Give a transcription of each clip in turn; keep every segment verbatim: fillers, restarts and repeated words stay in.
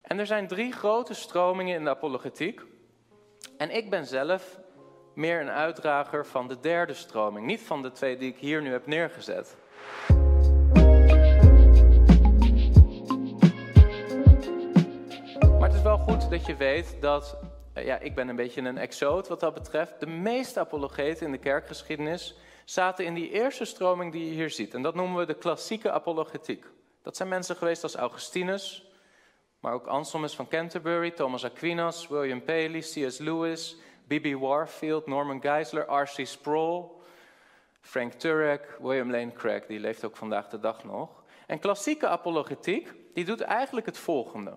En er zijn drie grote stromingen in de apologetiek. En ik ben zelf meer een uitdrager van de derde stroming. Niet van de twee die ik hier nu heb neergezet. Maar het is wel goed dat je weet dat... Ja, ik ben een beetje een exoot wat dat betreft. De meeste apologeten in de kerkgeschiedenis zaten in die eerste stroming die je hier ziet. En dat noemen we de klassieke apologetiek. Dat zijn mensen geweest als Augustinus, maar ook Anselmus van Canterbury, Thomas Aquinas, William Paley, C S Lewis, B B Warfield, Norman Geisler, R C Sproul, Frank Turek, William Lane Craig, die leeft ook vandaag de dag nog. En klassieke apologetiek, die doet eigenlijk het volgende.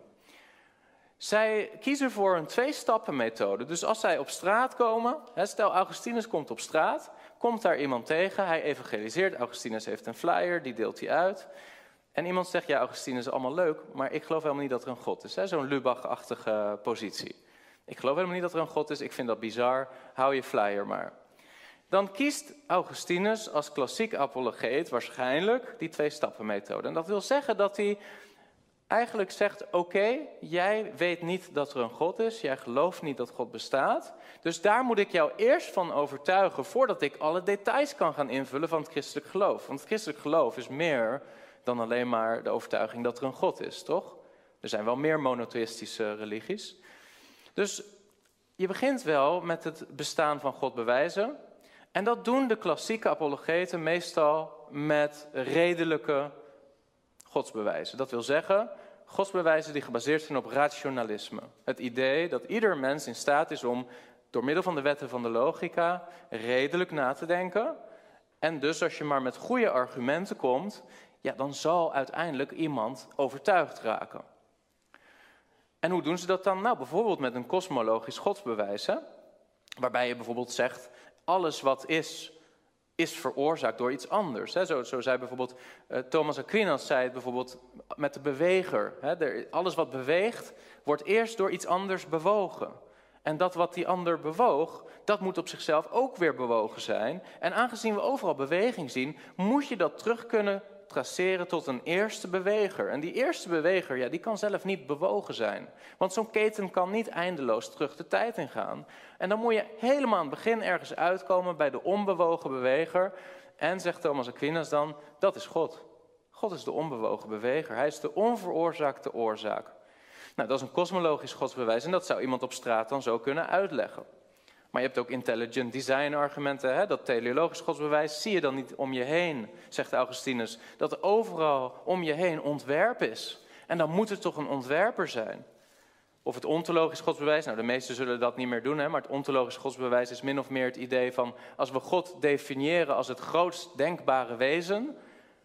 Zij kiezen voor een twee-stappen-methode. Dus als zij op straat komen, stel Augustinus komt op straat, komt daar iemand tegen, hij evangeliseert, Augustinus heeft een flyer, die deelt hij uit. En iemand zegt, ja, Augustinus is allemaal leuk, maar ik geloof helemaal niet dat er een God is. Zo'n Lubach-achtige positie. Ik geloof helemaal niet dat er een God is, ik vind dat bizar, hou je flyer maar. Dan kiest Augustinus als klassiek apologeet waarschijnlijk die twee-stappen-methode. En dat wil zeggen dat hij eigenlijk zegt, oké, okay, jij weet niet dat er een God is, jij gelooft niet dat God bestaat. Dus daar moet ik jou eerst van overtuigen voordat ik alle details kan gaan invullen van het christelijk geloof. Want het christelijk geloof is meer dan alleen maar de overtuiging dat er een God is, toch? Er zijn wel meer monotheïstische religies. Dus je begint wel met het bestaan van God bewijzen. En dat doen de klassieke apologeten meestal met redelijke godsbewijzen. Dat wil zeggen, godsbewijzen die gebaseerd zijn op rationalisme. Het idee dat ieder mens in staat is om door middel van de wetten van de logica redelijk na te denken. En dus als je maar met goede argumenten komt, ja, dan zal uiteindelijk iemand overtuigd raken. En hoe doen ze dat dan? Nou, bijvoorbeeld met een kosmologisch godsbewijs. Hè? Waarbij je bijvoorbeeld zegt, alles wat is, is veroorzaakt door iets anders. Hè? Zo, zo zei bijvoorbeeld uh, Thomas Aquinas, zei het bijvoorbeeld met de beweger. Hè? Er, alles wat beweegt, wordt eerst door iets anders bewogen. En dat wat die ander bewoog, dat moet op zichzelf ook weer bewogen zijn. En aangezien we overal beweging zien, moet je dat terug kunnen traceren tot een eerste beweger. En die eerste beweger, ja, die kan zelf niet bewogen zijn. Want zo'n keten kan niet eindeloos terug de tijd ingaan. En dan moet je helemaal aan het begin ergens uitkomen bij de onbewogen beweger. En, zegt Thomas Aquinas dan, dat is God. God is de onbewogen beweger. Hij is de onveroorzaakte oorzaak. Nou, dat is een kosmologisch godsbewijs en dat zou iemand op straat dan zo kunnen uitleggen. Maar je hebt ook intelligent design argumenten, hè? Dat teleologisch godsbewijs zie je dan niet om je heen, zegt Augustinus. Dat er overal om je heen ontwerp is. En dan moet het toch een ontwerper zijn. Of het ontologisch godsbewijs, nou de meesten zullen dat niet meer doen, hè? Maar het ontologisch godsbewijs is min of meer het idee van, als we God definiëren als het grootst denkbare wezen,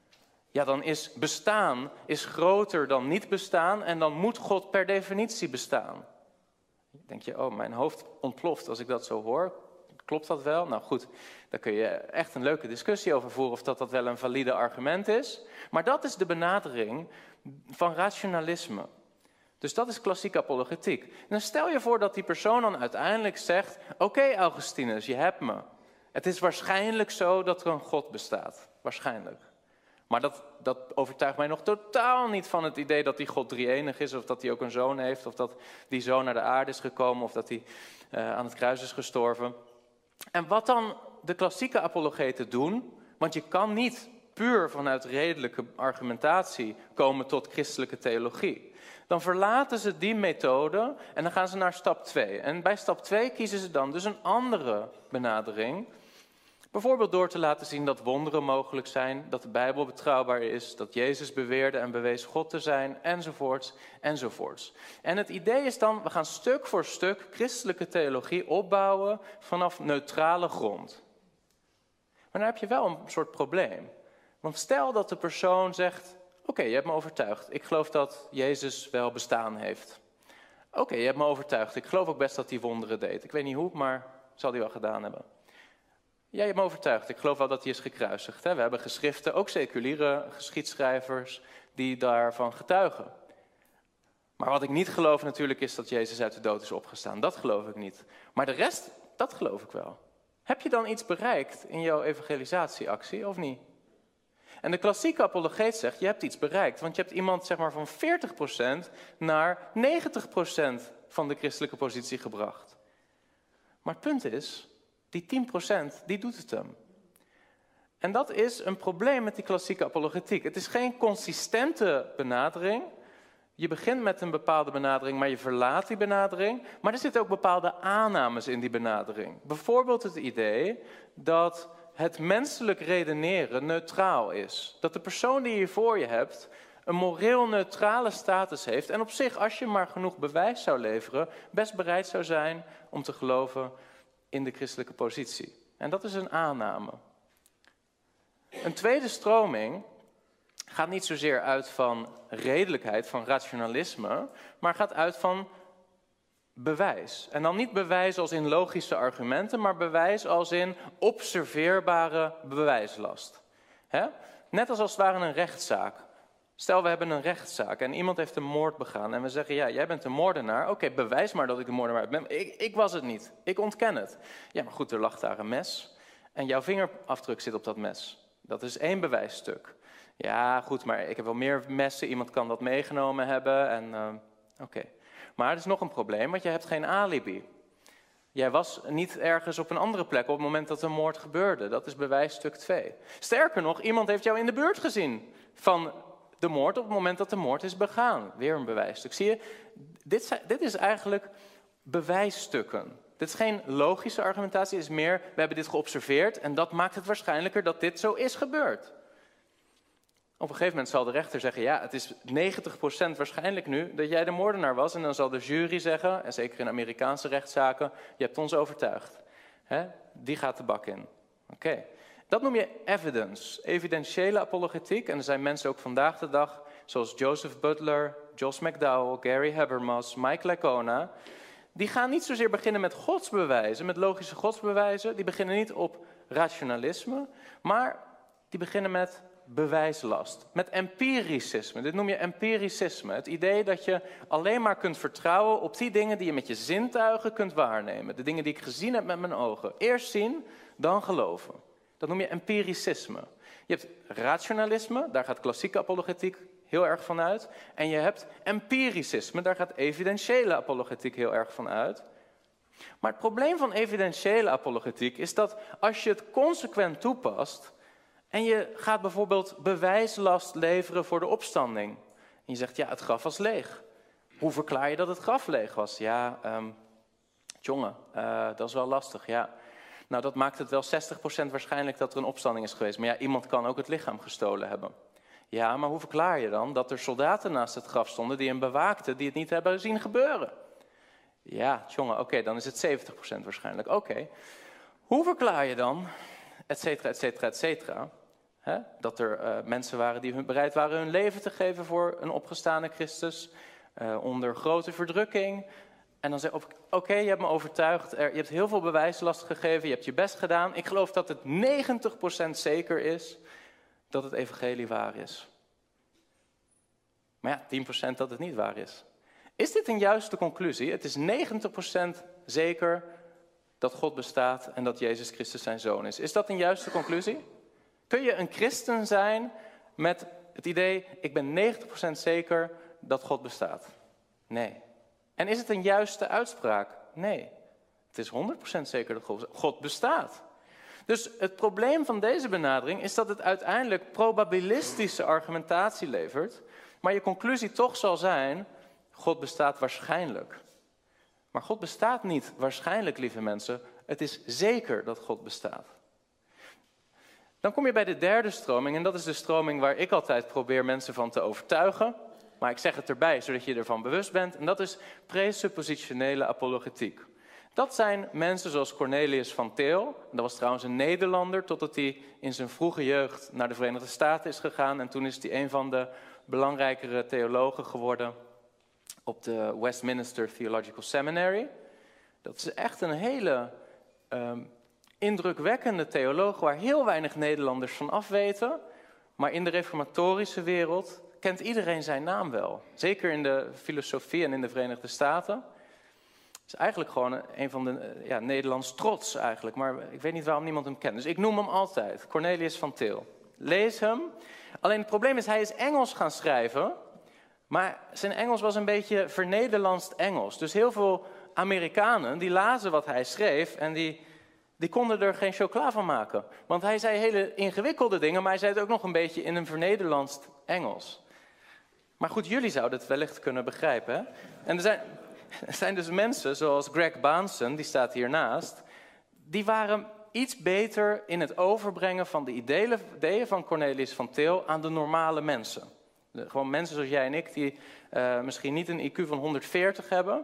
ja, dan is bestaan is groter dan niet bestaan en dan moet God per definitie bestaan. Dan denk je, oh, mijn hoofd ontploft als ik dat zo hoor. Klopt dat wel? Nou goed, daar kun je echt een leuke discussie over voeren of dat, dat wel een valide argument is. Maar dat is de benadering van rationalisme. Dus dat is klassieke apologetiek. En dan stel je voor dat die persoon dan uiteindelijk zegt, oké, okay, Augustinus, je hebt me. Het is waarschijnlijk zo dat er een God bestaat. Waarschijnlijk. Maar dat, dat overtuigt mij nog totaal niet van het idee dat die God drie-enig is, of dat hij ook een zoon heeft, of dat die zoon naar de aarde is gekomen, of dat hij uh, aan het kruis is gestorven. En wat dan de klassieke apologeten doen, want je kan niet puur vanuit redelijke argumentatie komen tot christelijke theologie. Dan verlaten ze die methode en dan gaan ze naar stap twee. En bij stap twee kiezen ze dan dus een andere benadering. Bijvoorbeeld door te laten zien dat wonderen mogelijk zijn, dat de Bijbel betrouwbaar is, dat Jezus beweerde en bewees God te zijn, enzovoorts, enzovoorts. En het idee is dan, we gaan stuk voor stuk christelijke theologie opbouwen vanaf neutrale grond. Maar dan heb je wel een soort probleem. Want stel dat de persoon zegt, oké, okay, je hebt me overtuigd, ik geloof dat Jezus wel bestaan heeft. Oké, okay, je hebt me overtuigd, ik geloof ook best dat hij wonderen deed. Ik weet niet hoe, maar zal hij wel gedaan hebben. Ja, je hebt me overtuigd. Ik geloof wel dat hij is gekruisigd. Hè? We hebben geschriften, ook seculiere geschiedschrijvers, die daarvan getuigen. Maar wat ik niet geloof natuurlijk is dat Jezus uit de dood is opgestaan. Dat geloof ik niet. Maar de rest, dat geloof ik wel. Heb je dan iets bereikt in jouw evangelisatieactie of niet? En de klassieke apologeet zegt, je hebt iets bereikt. Want je hebt iemand zeg maar, van veertig procent naar negentig procent van de christelijke positie gebracht. Maar het punt is, die tien procent, die doet het hem. En dat is een probleem met die klassieke apologetiek. Het is geen consistente benadering. Je begint met een bepaalde benadering, maar je verlaat die benadering. Maar er zitten ook bepaalde aannames in die benadering. Bijvoorbeeld het idee dat het menselijk redeneren neutraal is. Dat de persoon die je voor je hebt een moreel neutrale status heeft. En op zich, als je maar genoeg bewijs zou leveren, best bereid zou zijn om te geloven in de christelijke positie. En dat is een aanname. Een tweede stroming gaat niet zozeer uit van redelijkheid, van rationalisme, maar gaat uit van bewijs. En dan niet bewijs als in logische argumenten, maar bewijs als in observeerbare bewijslast. He? Net als als het ware een rechtszaak. Stel, we hebben een rechtszaak en iemand heeft een moord begaan en we zeggen, ja, jij bent een moordenaar. Oké, okay, bewijs maar dat ik een moordenaar ben. Ik, ik was het niet. Ik ontken het. Ja, maar goed, er lag daar een mes en jouw vingerafdruk zit op dat mes. Dat is één bewijsstuk. Ja, goed, maar ik heb wel meer messen. Iemand kan dat meegenomen hebben. En, uh, Oké. Okay. Maar er is nog een probleem, want je hebt geen alibi. Jij was niet ergens op een andere plek op het moment dat een moord gebeurde. Dat is bewijsstuk twee. Sterker nog, iemand heeft jou in de buurt gezien van de moord op het moment dat de moord is begaan. Weer een bewijsstuk. Zie je, dit, dit is eigenlijk bewijsstukken. Dit is geen logische argumentatie, het is meer, we hebben dit geobserveerd en dat maakt het waarschijnlijker dat dit zo is gebeurd. Op een gegeven moment zal de rechter zeggen, ja, het is negentig procent waarschijnlijk nu dat jij de moordenaar was. En dan zal de jury zeggen, en zeker in Amerikaanse rechtszaken, je hebt ons overtuigd. He? Die gaat de bak in. Oké. Okay. Dat noem je evidence, evidentiële apologetiek. En er zijn mensen ook vandaag de dag, zoals Joseph Butler, Josh McDowell, Gary Habermas, Mike Licona. Die gaan niet zozeer beginnen met godsbewijzen, met logische godsbewijzen. Die beginnen niet op rationalisme, maar die beginnen met bewijslast. Met empiricisme. Dit noem je empiricisme. Het idee dat je alleen maar kunt vertrouwen op die dingen die je met je zintuigen kunt waarnemen. De dingen die ik gezien heb met mijn ogen. Eerst zien, dan geloven. Dat noem je empiricisme. Je hebt rationalisme, daar gaat klassieke apologetiek heel erg van uit. En je hebt empiricisme, daar gaat evidentiële apologetiek heel erg van uit. Maar het probleem van evidentiële apologetiek is dat als je het consequent toepast en je gaat bijvoorbeeld bewijslast leveren voor de opstanding. En je zegt, ja, het graf was leeg. Hoe verklaar je dat het graf leeg was? Ja, um, jongen, uh, dat is wel lastig, ja. Nou, dat maakt het wel zestig procent waarschijnlijk dat er een opstanding is geweest. Maar ja, iemand kan ook het lichaam gestolen hebben. Ja, maar hoe verklaar je dan dat er soldaten naast het graf stonden die hem bewaakten, die het niet hebben zien gebeuren? Ja, jongen, oké, okay, dan is het zeventig procent waarschijnlijk. Oké, okay. Hoe verklaar je dan, et cetera, et cetera, et cetera, hè, dat er uh, mensen waren die bereid waren hun leven te geven voor een opgestane Christus, uh, onder grote verdrukking. En dan zeg je, oké, okay, je hebt me overtuigd, er, je hebt heel veel bewijslast gegeven, je hebt je best gedaan. Ik geloof dat het negentig procent zeker is dat het evangelie waar is. Maar ja, tien procent dat het niet waar is. Is dit een juiste conclusie? Het is negentig procent zeker dat God bestaat en dat Jezus Christus zijn zoon is. Is dat een juiste conclusie? Kun je een christen zijn met het idee, ik ben negentig procent zeker dat God bestaat? Nee. En is het een juiste uitspraak? Nee. Het is honderd procent zeker dat God, God bestaat. Dus het probleem van deze benadering is dat het uiteindelijk probabilistische argumentatie levert, maar je conclusie toch zal zijn, God bestaat waarschijnlijk. Maar God bestaat niet waarschijnlijk, lieve mensen. Het is zeker dat God bestaat. Dan kom je bij de derde stroming, en dat is de stroming waar ik altijd probeer mensen van te overtuigen. Maar ik zeg het erbij, zodat je ervan bewust bent. En dat is presuppositionele apologetiek. Dat zijn mensen zoals Cornelius van Til. Dat was trouwens een Nederlander, totdat hij in zijn vroege jeugd naar de Verenigde Staten is gegaan. En toen is hij een van de belangrijkere theologen geworden op de Westminster Theological Seminary. Dat is echt een hele um, indrukwekkende theoloog waar heel weinig Nederlanders van afweten. Maar in de reformatorische wereld kent iedereen zijn naam wel. Zeker in de filosofie en in de Verenigde Staten. Het is eigenlijk gewoon een van de ja, Nederlands trots eigenlijk. Maar ik weet niet waarom niemand hem kent. Dus ik noem hem altijd Cornelius van Til. lees hem. Alleen het probleem is, hij is Engels gaan schrijven. Maar zijn Engels was een beetje vernederlandst Engels. Dus heel veel Amerikanen die lazen wat hij schreef en die, die konden er geen chocola van maken. Want hij zei hele ingewikkelde dingen, maar hij zei het ook nog een beetje in een vernederlandst Engels. Maar goed, jullie zouden het wellicht kunnen begrijpen. Hè? En er zijn, er zijn dus mensen zoals Greg Bahnsen, die staat hiernaast, die waren iets beter in het overbrengen van de ideeën van Cornelius van Til aan de normale mensen. De, gewoon mensen zoals jij en ik, die uh, misschien niet een I Q van honderdveertig hebben,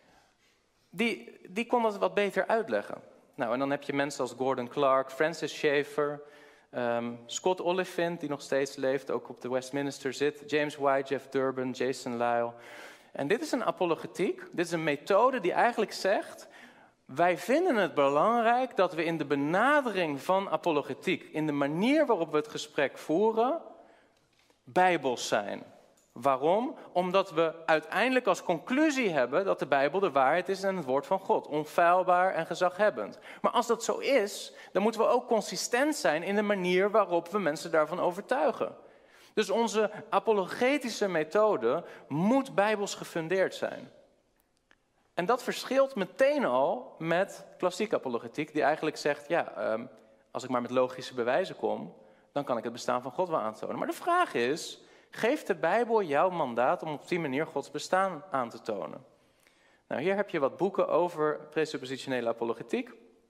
die, die konden het wat beter uitleggen. Nou, en dan heb je mensen als Gordon Clark, Francis Schaeffer, um, Scott Oliphint, die nog steeds leeft, ook op de Westminster zit, James White, Jeff Durbin, Jason Lisle. En dit is een apologetiek, dit is een methode die eigenlijk zegt, wij vinden het belangrijk dat we in de benadering van apologetiek, in de manier waarop we het gesprek voeren, bijbels zijn. Waarom? Omdat we uiteindelijk als conclusie hebben dat de Bijbel de waarheid is en het woord van God. Onfeilbaar en gezaghebbend. Maar als dat zo is, dan moeten we ook consistent zijn in de manier waarop we mensen daarvan overtuigen. Dus onze apologetische methode moet bijbels gefundeerd zijn. En dat verschilt meteen al met klassieke apologetiek, die eigenlijk zegt, ja, um, als ik maar met logische bewijzen kom, dan kan ik het bestaan van God wel aantonen. Maar de vraag is, geeft de Bijbel jouw mandaat om op die manier Gods bestaan aan te tonen? Nou, hier heb je wat boeken over presuppositionele apologetiek.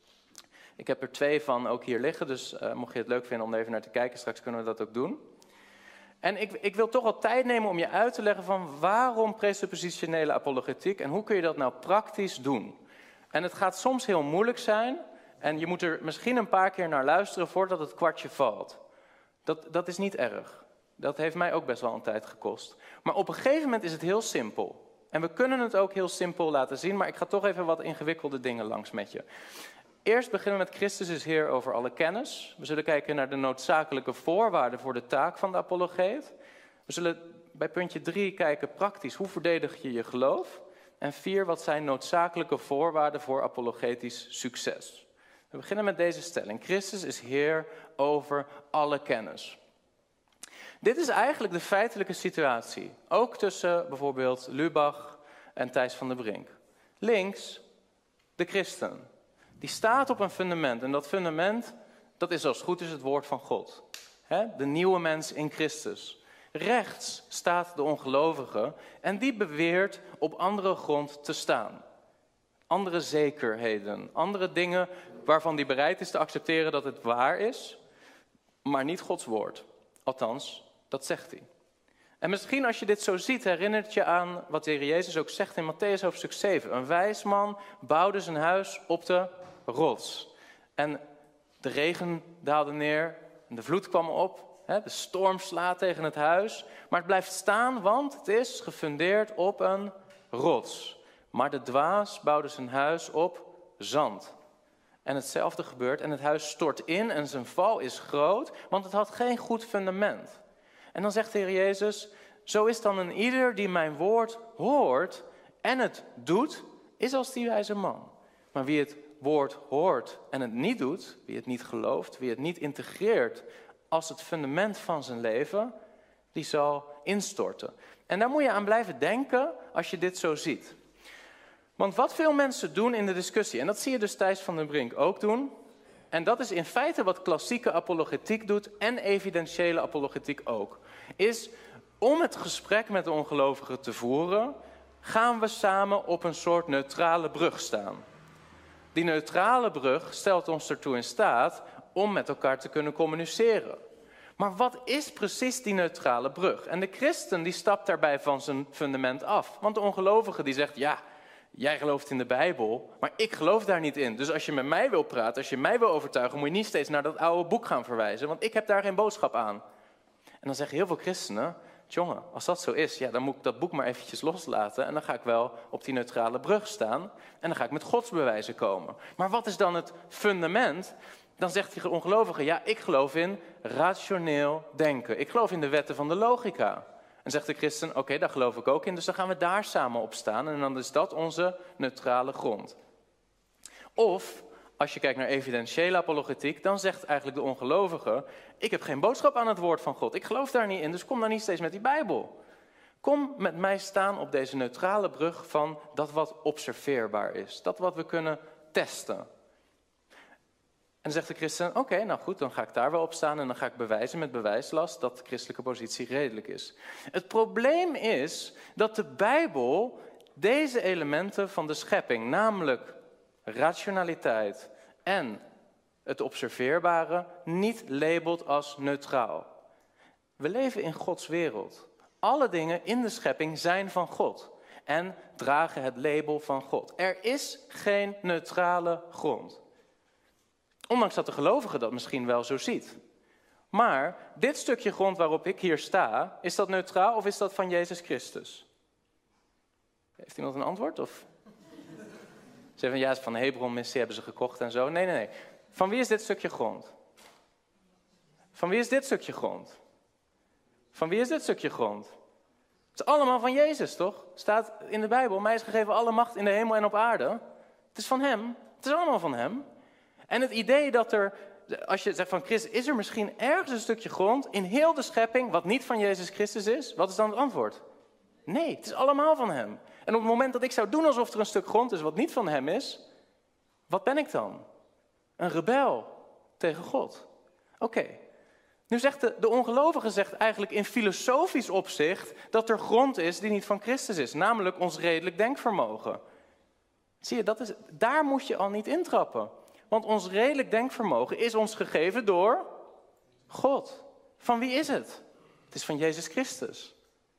Ik heb er twee van ook hier liggen, dus uh, mocht je het leuk vinden om er even naar te kijken, straks kunnen we dat ook doen. En ik, ik wil toch wel tijd nemen om je uit te leggen van waarom presuppositionele apologetiek en hoe kun je dat nou praktisch doen. En het gaat soms heel moeilijk zijn en je moet er misschien een paar keer naar luisteren voordat het kwartje valt. Dat, dat is niet erg. Dat heeft mij ook best wel een tijd gekost. Maar op een gegeven moment is het heel simpel. En we kunnen het ook heel simpel laten zien, maar ik ga toch even wat ingewikkelde dingen langs met je. Eerst beginnen we met Christus is Heer over alle kennis. We zullen kijken naar de noodzakelijke voorwaarden voor de taak van de apologeet. We zullen bij puntje drie kijken praktisch, hoe verdedig je je geloof? En vier, wat zijn noodzakelijke voorwaarden voor apologetisch succes? We beginnen met deze stelling. Christus is Heer over alle kennis. Dit is eigenlijk de feitelijke situatie. Ook tussen bijvoorbeeld Lubach en Thijs van der Brink. Links, de christen. Die staat op een fundament. En dat fundament, dat is als het goed is het woord van God. He? De nieuwe mens in Christus. Rechts staat de ongelovige. En die beweert op andere grond te staan. Andere zekerheden. Andere dingen waarvan die bereid is te accepteren dat het waar is. Maar niet Gods woord. Althans, dat zegt hij. En misschien als je dit zo ziet, herinnert je aan wat de Heer Jezus ook zegt in Mattheüs hoofdstuk zeven. Een wijs man bouwde zijn huis op de rots. En de regen daalde neer en de vloed kwam op. Hè, de storm slaat tegen het huis. Maar het blijft staan, want het is gefundeerd op een rots. Maar de dwaas bouwde zijn huis op zand. En hetzelfde gebeurt en het huis stort in en zijn val is groot, want het had geen goed fundament. En dan zegt de Heer Jezus, zo is dan een ieder die mijn woord hoort en het doet, is als die wijze man. Maar wie het woord hoort en het niet doet, wie het niet gelooft, wie het niet integreert als het fundament van zijn leven, die zal instorten. En daar moet je aan blijven denken als je dit zo ziet. Want wat veel mensen doen in de discussie, en dat zie je dus Thijs van den Brink ook doen, en dat is in feite wat klassieke apologetiek doet en evidentiële apologetiek ook, is om het gesprek met de ongelovigen te voeren, gaan we samen op een soort neutrale brug staan. Die neutrale brug stelt ons ertoe in staat om met elkaar te kunnen communiceren. Maar wat is precies die neutrale brug? En de christen die stapt daarbij van zijn fundament af. Want de ongelovige die zegt, ja, jij gelooft in de Bijbel, maar ik geloof daar niet in. Dus als je met mij wil praten, als je mij wil overtuigen, moet je niet steeds naar dat oude boek gaan verwijzen, want ik heb daar geen boodschap aan. En dan zeggen heel veel christenen, jongen, als dat zo is, ja, dan moet ik dat boek maar eventjes loslaten en dan ga ik wel op die neutrale brug staan en dan ga ik met Gods bewijzen komen. Maar wat is dan het fundament? Dan zegt die ongelovige, ja, ik geloof in rationeel denken. Ik geloof in de wetten van de logica. En zegt de christen, oké, okay, daar geloof ik ook in, dus dan gaan we daar samen op staan en dan is dat onze neutrale grond. Of als je kijkt naar evidentiële apologetiek, dan zegt eigenlijk de ongelovige, ik heb geen boodschap aan het woord van God. Ik geloof daar niet in, dus kom dan niet steeds met die Bijbel. Kom met mij staan op deze neutrale brug van dat wat observeerbaar is. Dat wat we kunnen testen. En dan zegt de christen, oké, okay, nou goed, dan ga ik daar wel op staan en dan ga ik bewijzen met bewijslast dat de christelijke positie redelijk is. Het probleem is dat de Bijbel deze elementen van de schepping, namelijk rationaliteit en het observeerbare, niet labelt als neutraal. We leven in Gods wereld. Alle dingen in de schepping zijn van God en dragen het label van God. Er is geen neutrale grond. Ondanks dat de gelovige dat misschien wel zo ziet. Maar dit stukje grond waarop ik hier sta, is dat neutraal of is dat van Jezus Christus? Heeft iemand een antwoord? Of? Ze zeggen, ja, het is van Hebron, missie hebben ze gekocht en zo. Nee, nee, nee. Van wie is dit stukje grond? Van wie is dit stukje grond? Van wie is dit stukje grond? Het is allemaal van Jezus, toch? Staat in de Bijbel, mij is gegeven alle macht in de hemel en op aarde. Het is van hem. Het is allemaal van hem. En het idee dat er, als je zegt van Christus, is er misschien ergens een stukje grond in heel de schepping wat niet van Jezus Christus is? Wat is dan het antwoord? Nee, het is allemaal van hem. En op het moment dat ik zou doen alsof er een stuk grond is wat niet van hem is, wat ben ik dan? Een rebel tegen God. Oké. Okay. Nu zegt de, de ongelovige zegt eigenlijk in filosofisch opzicht dat er grond is die niet van Christus is. Namelijk ons redelijk denkvermogen. Zie je, dat is, daar moet je al niet intrappen. Want ons redelijk denkvermogen is ons gegeven door God. Van wie is het? Het is van Jezus Christus.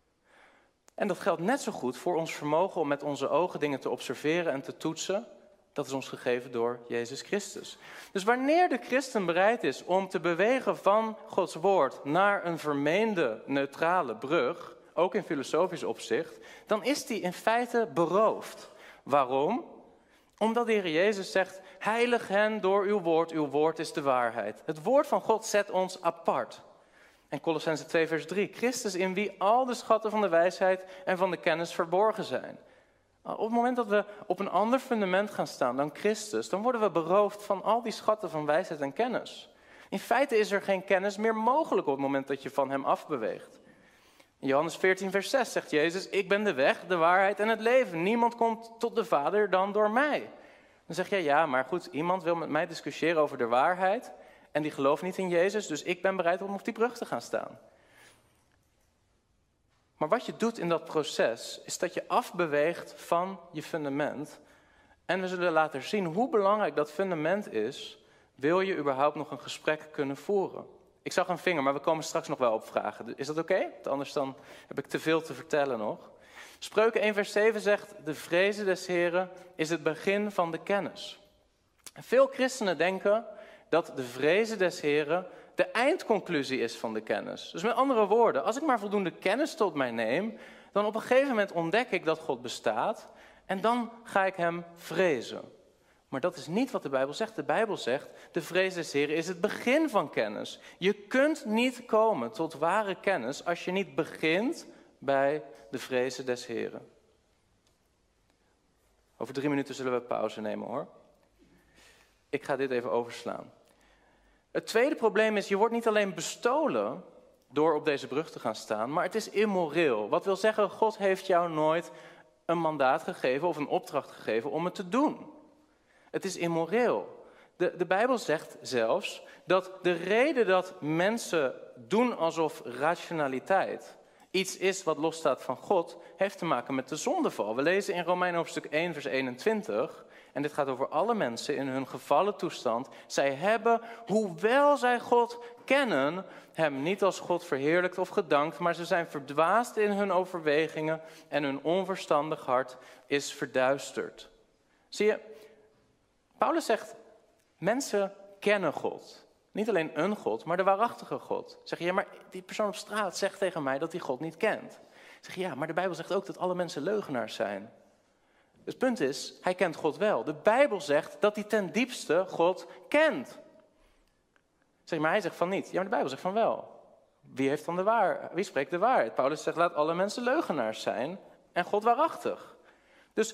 En dat geldt net zo goed voor ons vermogen om met onze ogen dingen te observeren en te toetsen. Dat is ons gegeven door Jezus Christus. Dus wanneer de christen bereid is om te bewegen van Gods woord naar een vermeende neutrale brug, ook in filosofisch opzicht, dan is die in feite beroofd. Waarom? Omdat de Heer Jezus zegt, heilig hen door uw woord, uw woord is de waarheid. Het woord van God zet ons apart. En Kolossenzen twee vers drie, Christus in wie al de schatten van de wijsheid en van de kennis verborgen zijn. Op het moment dat we op een ander fundament gaan staan dan Christus, dan worden we beroofd van al die schatten van wijsheid en kennis. In feite is er geen kennis meer mogelijk op het moment dat je van hem afbeweegt. In Johannes veertien vers zes zegt Jezus, ik ben de weg, de waarheid en het leven. Niemand komt tot de Vader dan door mij. Dan zeg je, ja, maar goed, iemand wil met mij discussiëren over de waarheid en die gelooft niet in Jezus, dus ik ben bereid om op die brug te gaan staan. Maar wat je doet in dat proces, is dat je afbeweegt van je fundament. En we zullen later zien hoe belangrijk dat fundament is, wil je überhaupt nog een gesprek kunnen voeren. Ik zag een vinger, maar we komen straks nog wel op vragen. Is dat oké? Okay? Anders dan heb ik te veel te vertellen nog. Spreuken één vers zeven zegt, de vreze des Heren is het begin van de kennis. Veel christenen denken dat de vreze des Heren de eindconclusie is van de kennis. Dus met andere woorden, als ik maar voldoende kennis tot mij neem, dan op een gegeven moment ontdek ik dat God bestaat en dan ga ik hem vrezen. Maar dat is niet wat de Bijbel zegt. De Bijbel zegt, de vrees des Heren is het begin van kennis. Je kunt niet komen tot ware kennis als je niet begint bij de vrezen des Heren. Over drie minuten zullen we pauze nemen hoor. Ik ga dit even overslaan. Het tweede probleem is, je wordt niet alleen bestolen door op deze brug te gaan staan, maar het is immoreel. Wat wil zeggen, God heeft jou nooit een mandaat gegeven of een opdracht gegeven om het te doen. Het is immoreel. De, de Bijbel zegt zelfs dat de reden dat mensen doen alsof rationaliteit iets is wat losstaat van God, heeft te maken met de zondeval. We lezen in Romeinen hoofdstuk één vers eenentwintig... En dit gaat over alle mensen in hun gevallen toestand. Zij hebben, hoewel zij God kennen, hem niet als God verheerlijkt of gedankt, maar ze zijn verdwaasd in hun overwegingen en hun onverstandig hart is verduisterd. Zie je, Paulus zegt, mensen kennen God. Niet alleen een God, maar de waarachtige God. Zeg je, ja, maar die persoon op straat zegt tegen mij dat hij God niet kent. Zeg je, ja, maar de Bijbel zegt ook dat alle mensen leugenaars zijn. Het punt is, hij kent God wel. De Bijbel zegt dat hij ten diepste God kent. Zeg maar, hij zegt van niet. Ja, maar de Bijbel zegt van wel. Wie heeft dan de waar? Wie spreekt de waarheid? Paulus zegt, laat alle mensen leugenaars zijn en God waarachtig. Dus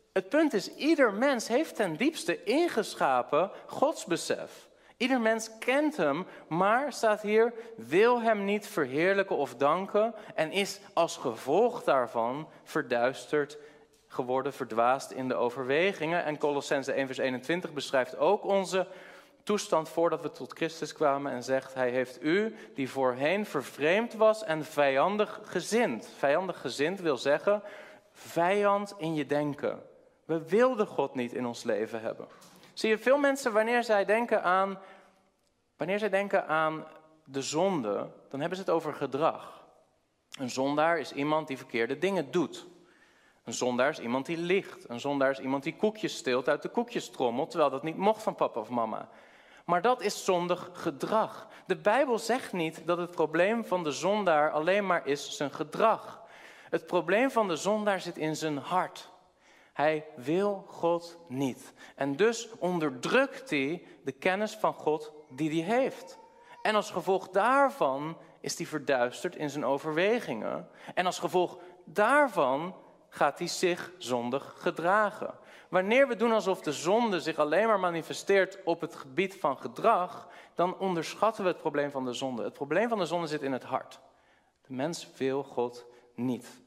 Het punt is, ieder mens heeft ten diepste ingeschapen godsbesef. Ieder mens kent hem, maar, staat hier, wil hem niet verheerlijken of danken en is als gevolg daarvan verduisterd geworden, verdwaasd in de overwegingen. En Kolossenzen één vers eenentwintig beschrijft ook onze toestand voordat we tot Christus kwamen en zegt, hij heeft u, die voorheen vervreemd was en vijandig gezind. Vijandig gezind wil zeggen, vijand in je denken. We wilden God niet in ons leven hebben. Zie je, veel mensen, wanneer zij denken aan, wanneer zij denken aan de zonde, dan hebben ze het over gedrag. Een zondaar is iemand die verkeerde dingen doet. Een zondaar is iemand die liegt. Een zondaar is iemand die koekjes steelt uit de koekjestrommel, terwijl dat niet mocht van papa of mama. Maar dat is zondig gedrag. De Bijbel zegt niet dat het probleem van de zondaar alleen maar is zijn gedrag. Het probleem van de zondaar zit in zijn hart. Hij wil God niet. En dus onderdrukt hij de kennis van God die hij heeft. En als gevolg daarvan is hij verduisterd in zijn overwegingen. En als gevolg daarvan gaat hij zich zondig gedragen. Wanneer we doen alsof de zonde zich alleen maar manifesteert op het gebied van gedrag, dan onderschatten we het probleem van de zonde. Het probleem van de zonde zit in het hart. De mens wil God niet.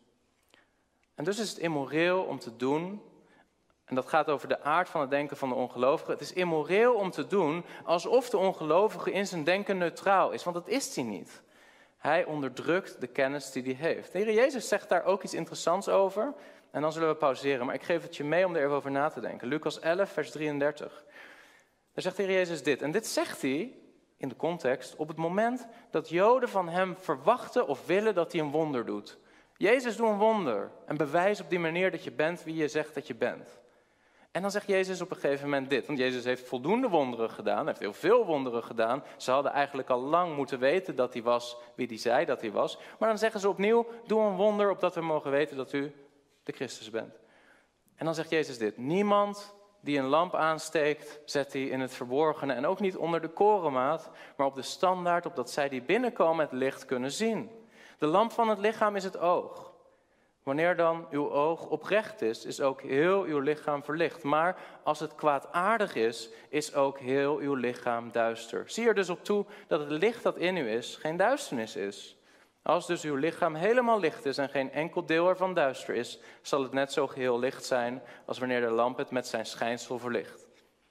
En dus is het immoreel om te doen, en dat gaat over de aard van het denken van de ongelovige. Het is immoreel om te doen alsof de ongelovige in zijn denken neutraal is, want dat is hij niet. Hij onderdrukt de kennis die hij heeft. De Heer Jezus zegt daar ook iets interessants over. En dan zullen we pauzeren. Maar ik geef het je mee om er even over na te denken. Lucas elf, vers drieëndertig. Daar zegt de Heer Jezus dit. En dit zegt hij, in de context, op het moment dat Joden van hem verwachten of willen dat hij een wonder doet. Jezus, doe een wonder. En bewijs op die manier dat je bent wie je zegt dat je bent. En dan zegt Jezus op een gegeven moment dit. Want Jezus heeft voldoende wonderen gedaan. Hij heeft heel veel wonderen gedaan. Ze hadden eigenlijk al lang moeten weten dat hij was wie hij zei dat hij was. Maar dan zeggen ze opnieuw, doe een wonder opdat we mogen weten dat u de Christus bent. En dan zegt Jezus dit. Niemand die een lamp aansteekt, zet hij in het verborgene. En ook niet onder de korenmaat, maar op de standaard, opdat zij die binnenkomen het licht kunnen zien. De lamp van het lichaam is het oog. Wanneer dan uw oog oprecht is, is ook heel uw lichaam verlicht. Maar als het kwaadaardig is, is ook heel uw lichaam duister. Zie er dus op toe dat het licht dat in u is, geen duisternis is. Als dus uw lichaam helemaal licht is en geen enkel deel ervan duister is, zal het net zo geheel licht zijn als wanneer de lamp het met zijn schijnsel verlicht.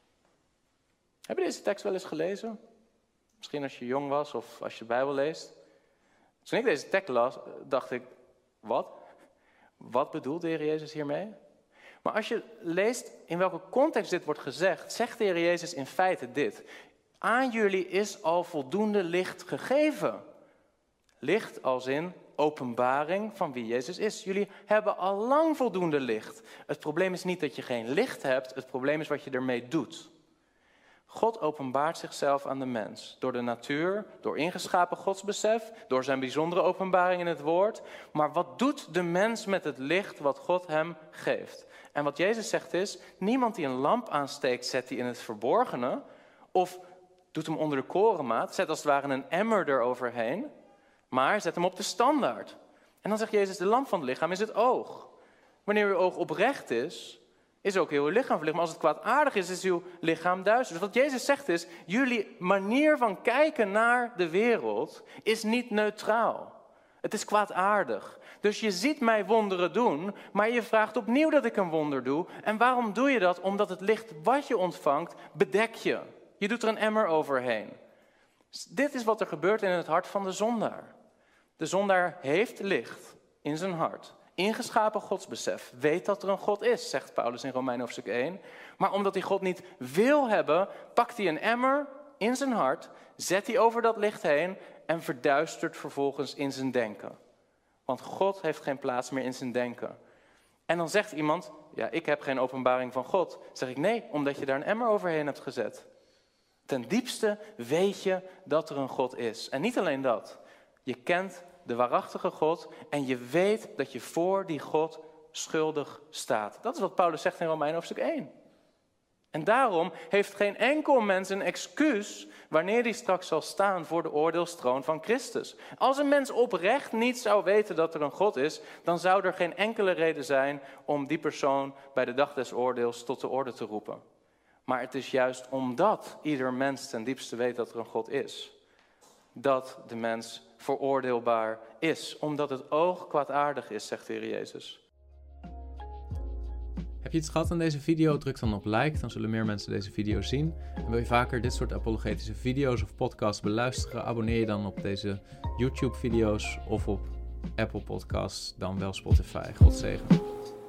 Heb je deze tekst wel eens gelezen? Misschien als je jong was of als je de Bijbel leest. Toen ik deze tekst las, dacht ik, wat? Wat bedoelt de Heer Jezus hiermee? Maar als je leest in welke context dit wordt gezegd, zegt de Heer Jezus in feite dit. Aan jullie is al voldoende licht gegeven. Licht als in openbaring van wie Jezus is. Jullie hebben al lang voldoende licht. Het probleem is niet dat je geen licht hebt, het probleem is wat je ermee doet. God openbaart zichzelf aan de mens. Door de natuur, door ingeschapen godsbesef, door zijn bijzondere openbaring in het woord. Maar wat doet de mens met het licht wat God hem geeft? En wat Jezus zegt is, niemand die een lamp aansteekt, zet die in het verborgene. Of doet hem onder de korenmaat, zet als het ware een emmer eroverheen. Maar zet hem op de standaard. En dan zegt Jezus, de lamp van het lichaam is het oog. Wanneer uw oog oprecht is, is ook heel uw lichaam verlicht. Maar als het kwaadaardig is, is uw lichaam duister. Dus wat Jezus zegt is, jullie manier van kijken naar de wereld is niet neutraal. Het is kwaadaardig. Dus je ziet mij wonderen doen, maar je vraagt opnieuw dat ik een wonder doe. En waarom doe je dat? Omdat het licht wat je ontvangt, bedek je. Je doet er een emmer overheen. Dit is wat er gebeurt in het hart van de zondaar. De zondaar heeft licht in zijn hart. Ingeschapen godsbesef. Weet dat er een God is, zegt Paulus in Romeinen hoofdstuk één. Maar omdat hij God niet wil hebben, pakt hij een emmer in zijn hart, zet hij over dat licht heen en verduistert vervolgens in zijn denken. Want God heeft geen plaats meer in zijn denken. En dan zegt iemand, ja, ik heb geen openbaring van God. Zeg ik, nee, omdat je daar een emmer overheen hebt gezet. Ten diepste weet je dat er een God is. En niet alleen dat. Je kent de waarachtige God en je weet dat je voor die God schuldig staat. Dat is wat Paulus zegt in Romeinen hoofdstuk één. En daarom heeft geen enkel mens een excuus wanneer hij straks zal staan voor de oordeelstroon van Christus. Als een mens oprecht niet zou weten dat er een God is, dan zou er geen enkele reden zijn om die persoon bij de dag des oordeels tot de orde te roepen. Maar het is juist omdat ieder mens ten diepste weet dat er een God is, dat de mens veroordeelbaar is. Omdat het oog kwaadaardig is, zegt de Heer Jezus. Heb je iets gehad aan deze video? Druk dan op like, dan zullen meer mensen deze video zien. En wil je vaker dit soort apologetische video's of podcasts beluisteren? Abonneer je dan op deze YouTube video's of op Apple Podcasts, dan wel Spotify. God zegen.